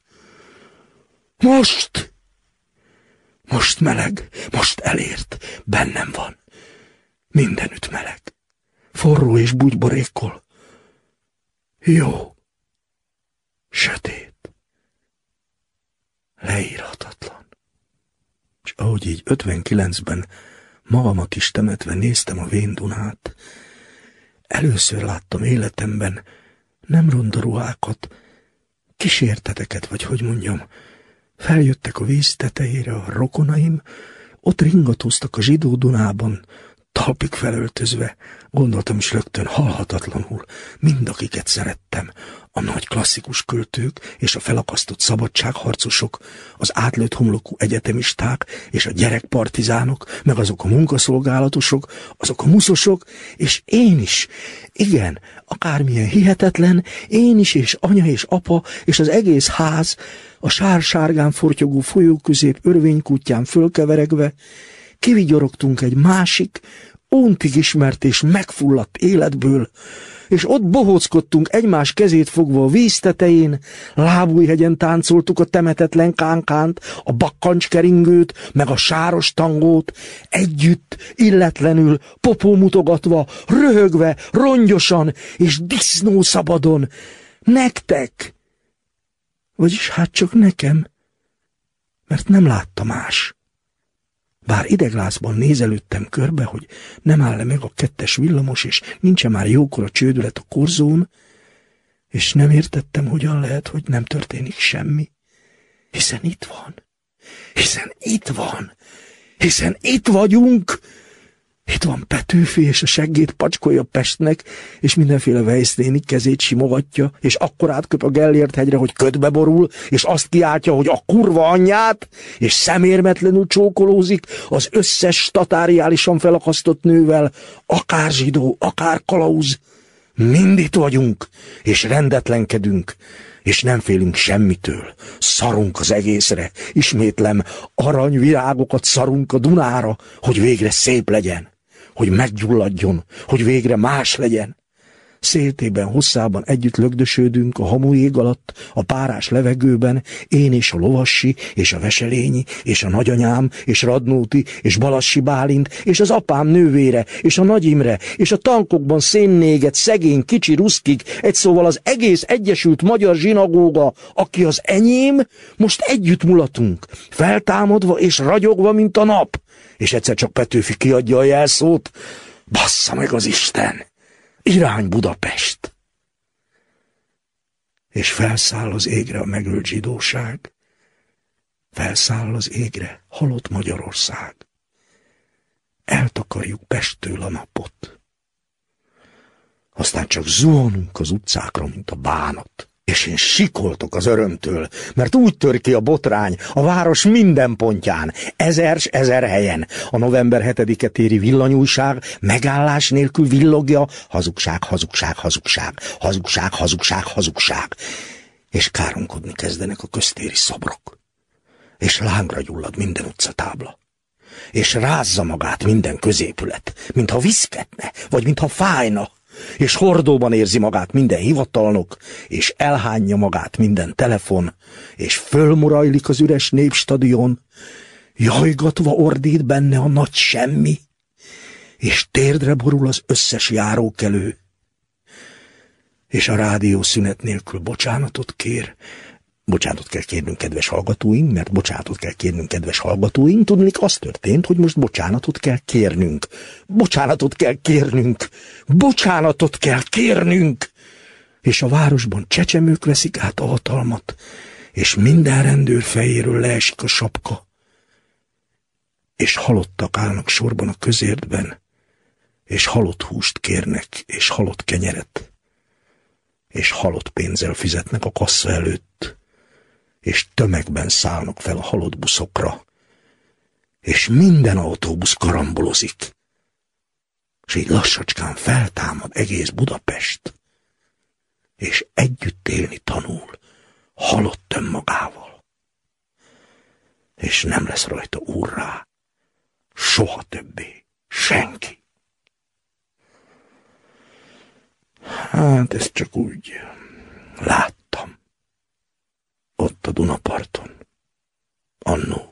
Most meleg, most elért, bennem van. Mindenütt meleg. Forró és bugyborékkol. Jó. Sötét. Leírhatatlan. És ahogy így 59-ben magamat is temetve néztem a vén Dunát, először láttam életemben nem ronda ruhákat, kísérteteket, vagy hogy mondjam. Feljöttek a víz tetejére a rokonaim, ott ringatóztak a zsidó Dunában, talpig felöltözve, gondoltam is rögtön halhatatlanul, mindakiket szerettem, a nagy klasszikus költők és a felakasztott szabadságharcosok, az átlőtt homlokú egyetemisták és a gyerekpartizánok, meg azok a munkaszolgálatosok, azok a muszosok, és én is, igen, akármilyen hihetetlen, én is, és anya és apa, és az egész ház, a sár-sárgán fortyogó folyóközép örvénykutyán fölkeveregve, kivigyorogtunk egy másik, óntig ismert és megfulladt életből, és ott bohóckodtunk egymás kezét fogva a víz tetején, Lábújhegyen táncoltuk a temetetlen kánkánt, a bakkancskeringőt, meg a sáros tangót, együtt, illetlenül, popómutogatva, röhögve, rongyosan és disznószabadon. Nektek! Vagyis hát csak nekem, mert nem látta más. Bár ideglázban nézelődtem körbe, hogy nem áll-e meg a 2-es villamos, és nincsen már jókora csődület a korzón, és nem értettem, hogyan lehet, hogy nem történik semmi. Hiszen itt vagyunk. Itt van Petőfi, és a seggét pacskolja Pestnek, és mindenféle Weiss-néni kezét simogatja, és akkor átköp a Gellért hegyre, hogy ködbe borul, és azt kiáltja, hogy a kurva anyját, és szemérmetlenül csókolózik az összes statáriálisan felakasztott nővel, akár zsidó, akár kalauz. Mind itt vagyunk, és rendetlenkedünk, és nem félünk semmitől. Szarunk az egészre, ismétlem, aranyvirágokat szarunk a Dunára, hogy végre szép legyen. hogy meggyulladjon, hogy végre más legyen. Széltében, hosszában együtt lögdösödünk a hamujég alatt, a párás levegőben, én és a Lovassi, és a Veselényi, és a nagyanyám, és Radnóti, és Balassi Bálint, és az apám nővére, és a Nagy Imre, és a tankokban szénnégett szegény kicsi ruszkik, egy szóval az egész egyesült magyar zsinagóga, aki az enyém, most együtt mulatunk, feltámadva és ragyogva, mint a nap. És egyszer csak Petőfi kiadja a jelszót, bassza meg az Isten! Irány Budapest! És felszáll az égre a megölt zsidóság, felszáll az égre halott Magyarország. Eltakarjuk Pesttől a napot. Aztán csak zuhanunk az utcákra, mint a bánat. És én sikoltok az örömtől, mert úgy tör ki a botrány a város minden pontján, ezer helyen. A november 7-e téri villanyújság megállás nélkül villogja, hazugság, hazugság, hazugság, hazugság, hazugság, hazugság. És káromkodni kezdenek a köztéri szobrok. És lángra gyullad minden utcatábla. És rázza magát minden középület, mintha viszketne, vagy mintha fájna. És hordóban érzi magát minden hivatalnok, és elhányja magát minden telefon, és fölmurajlik az üres népstadion, jajgatva ordít benne a nagy semmi, és térdre borul az összes járókelő, és a rádió szünet nélkül bocsánatot kér. Bocsánatot kell kérnünk, kedves hallgatóink, mert bocsánatot kell kérnünk, kedves hallgatóink. Tudnék, az történt, hogy most bocsánatot kell kérnünk. Bocsánatot kell kérnünk. Bocsánatot kell kérnünk. És a városban csecsemők veszik át a hatalmat, és minden rendőr fejéről leesik a sapka, és halottak állnak sorban a közértben, és halott húst kérnek, és halott kenyeret, és halott pénzzel fizetnek a kassa előtt, és tömegben szállnak fel a halott buszokra, és minden autóbusz karambolozik, és így lassacskán feltámad egész Budapest, és együtt élni tanul, halott önmagával, és nem lesz rajta úrrá, soha többé, senki. Hát ezt csak úgy láttam. Ott a Dunaparton. Annó.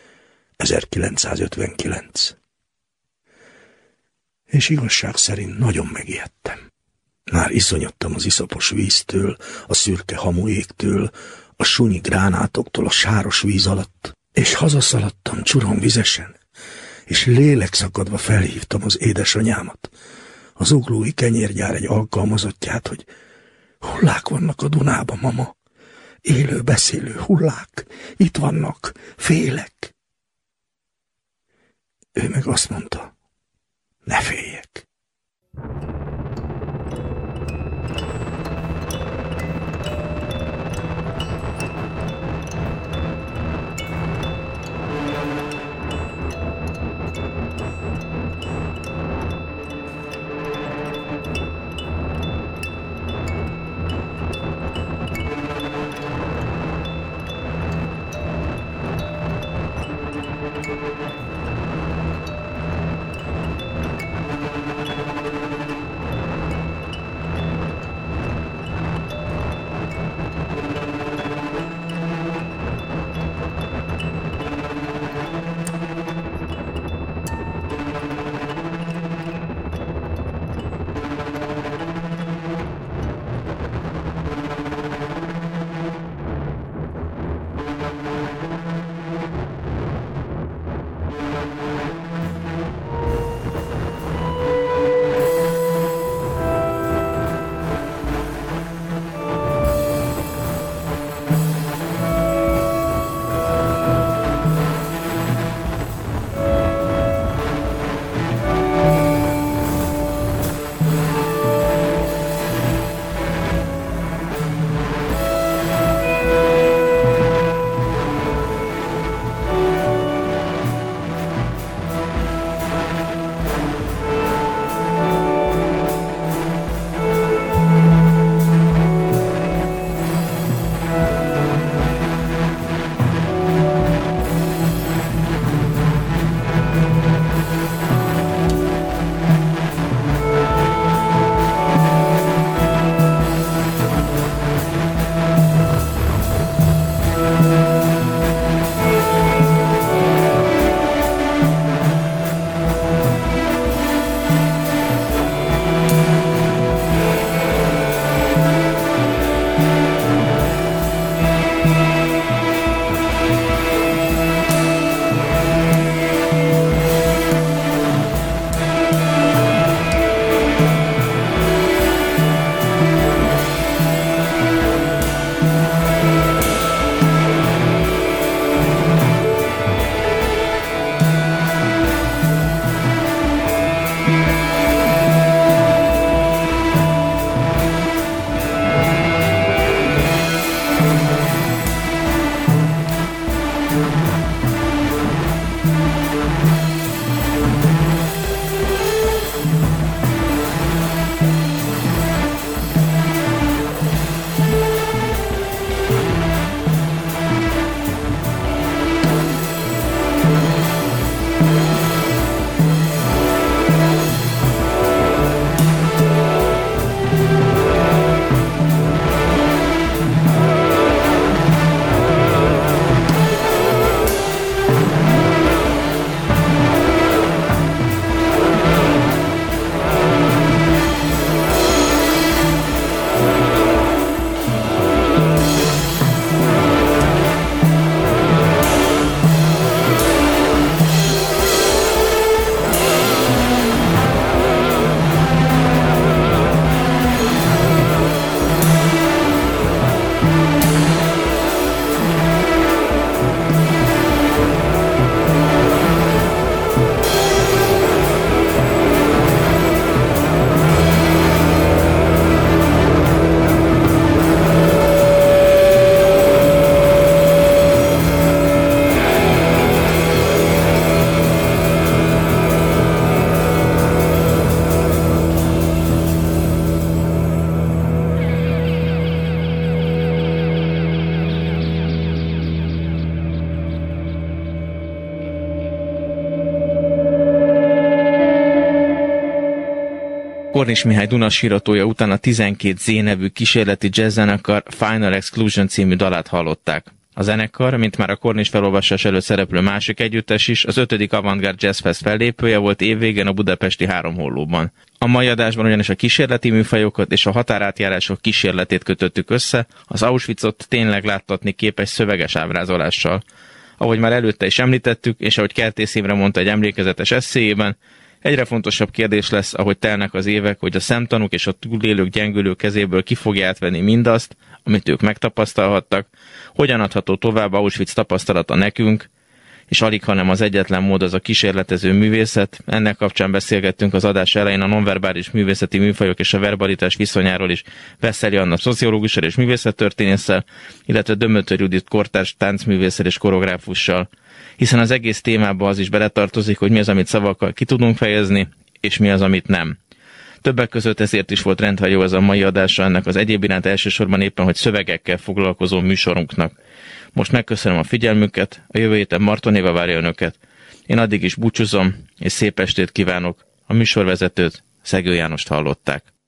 1959. És igazság szerint nagyon megijedtem. Már iszonyodtam az iszapos víztől, a szürke hamujégtől, a sunyi gránátoktól a sáros víz alatt, és hazaszaladtam csuromvizesen, és lélekszakadva felhívtam az édesanyámat, az zuglói kenyérgyár egy alkalmazottját, hogy hullák vannak a Dunában, mama. Élő, beszélő hullák. Itt vannak. Félek. Ő meg azt mondta, ne féljek. Kornis Mihály dunasíratója után a 12 Z nevű kísérleti jazzzenekar Final Exclusion címú dalát hallották. A zenekar, mint már a Kornis felolvasás előtt szereplő másik együttes is, az 5. Avantgárd Jazz Fest fellépője volt évvégén a budapesti Háromhollóban. A mai adásban ugyanis a kísérleti műfajokat és a határátjárások kísérletét kötöttük össze, az Auschwitzot tényleg láttatni képes szöveges ábrázolással. Ahogy már előtte is említettük, és ahogy Kertész Imre mondta egy emlékezetes esszéjében, egyre fontosabb kérdés lesz, ahogy telnek az évek, hogy a szemtanúk és a túlélők gyengülő kezéből ki fogja átvenni mindazt, amit ők megtapasztalhattak, hogyan adható tovább Auschwitz tapasztalata nekünk, és alig, hanem az egyetlen mód az a kísérletező művészet. Ennek kapcsán beszélgettünk az adás elején a nonverbális művészeti műfajok és a verbalitás viszonyáról is Vesszeli Anna szociológussal és művészettörténésszel, illetve Dömötör Judit kortárs táncművésszel és koreográfussal. Hiszen az egész témába az is beletartozik, hogy mi az, amit szavakkal ki tudunk fejezni, és mi az, amit nem. Többek között ezért is volt rendhagyó ez a mai adása ennek az egyéb iránt elsősorban éppen, hogy szövegekkel foglalkozó műsorunknak. Most megköszönöm a figyelmüket, a jövő héten Marton Éva várja önöket. Én addig is búcsúzom, és szép estét kívánok. A műsorvezetőt, Szegő Jánost hallották.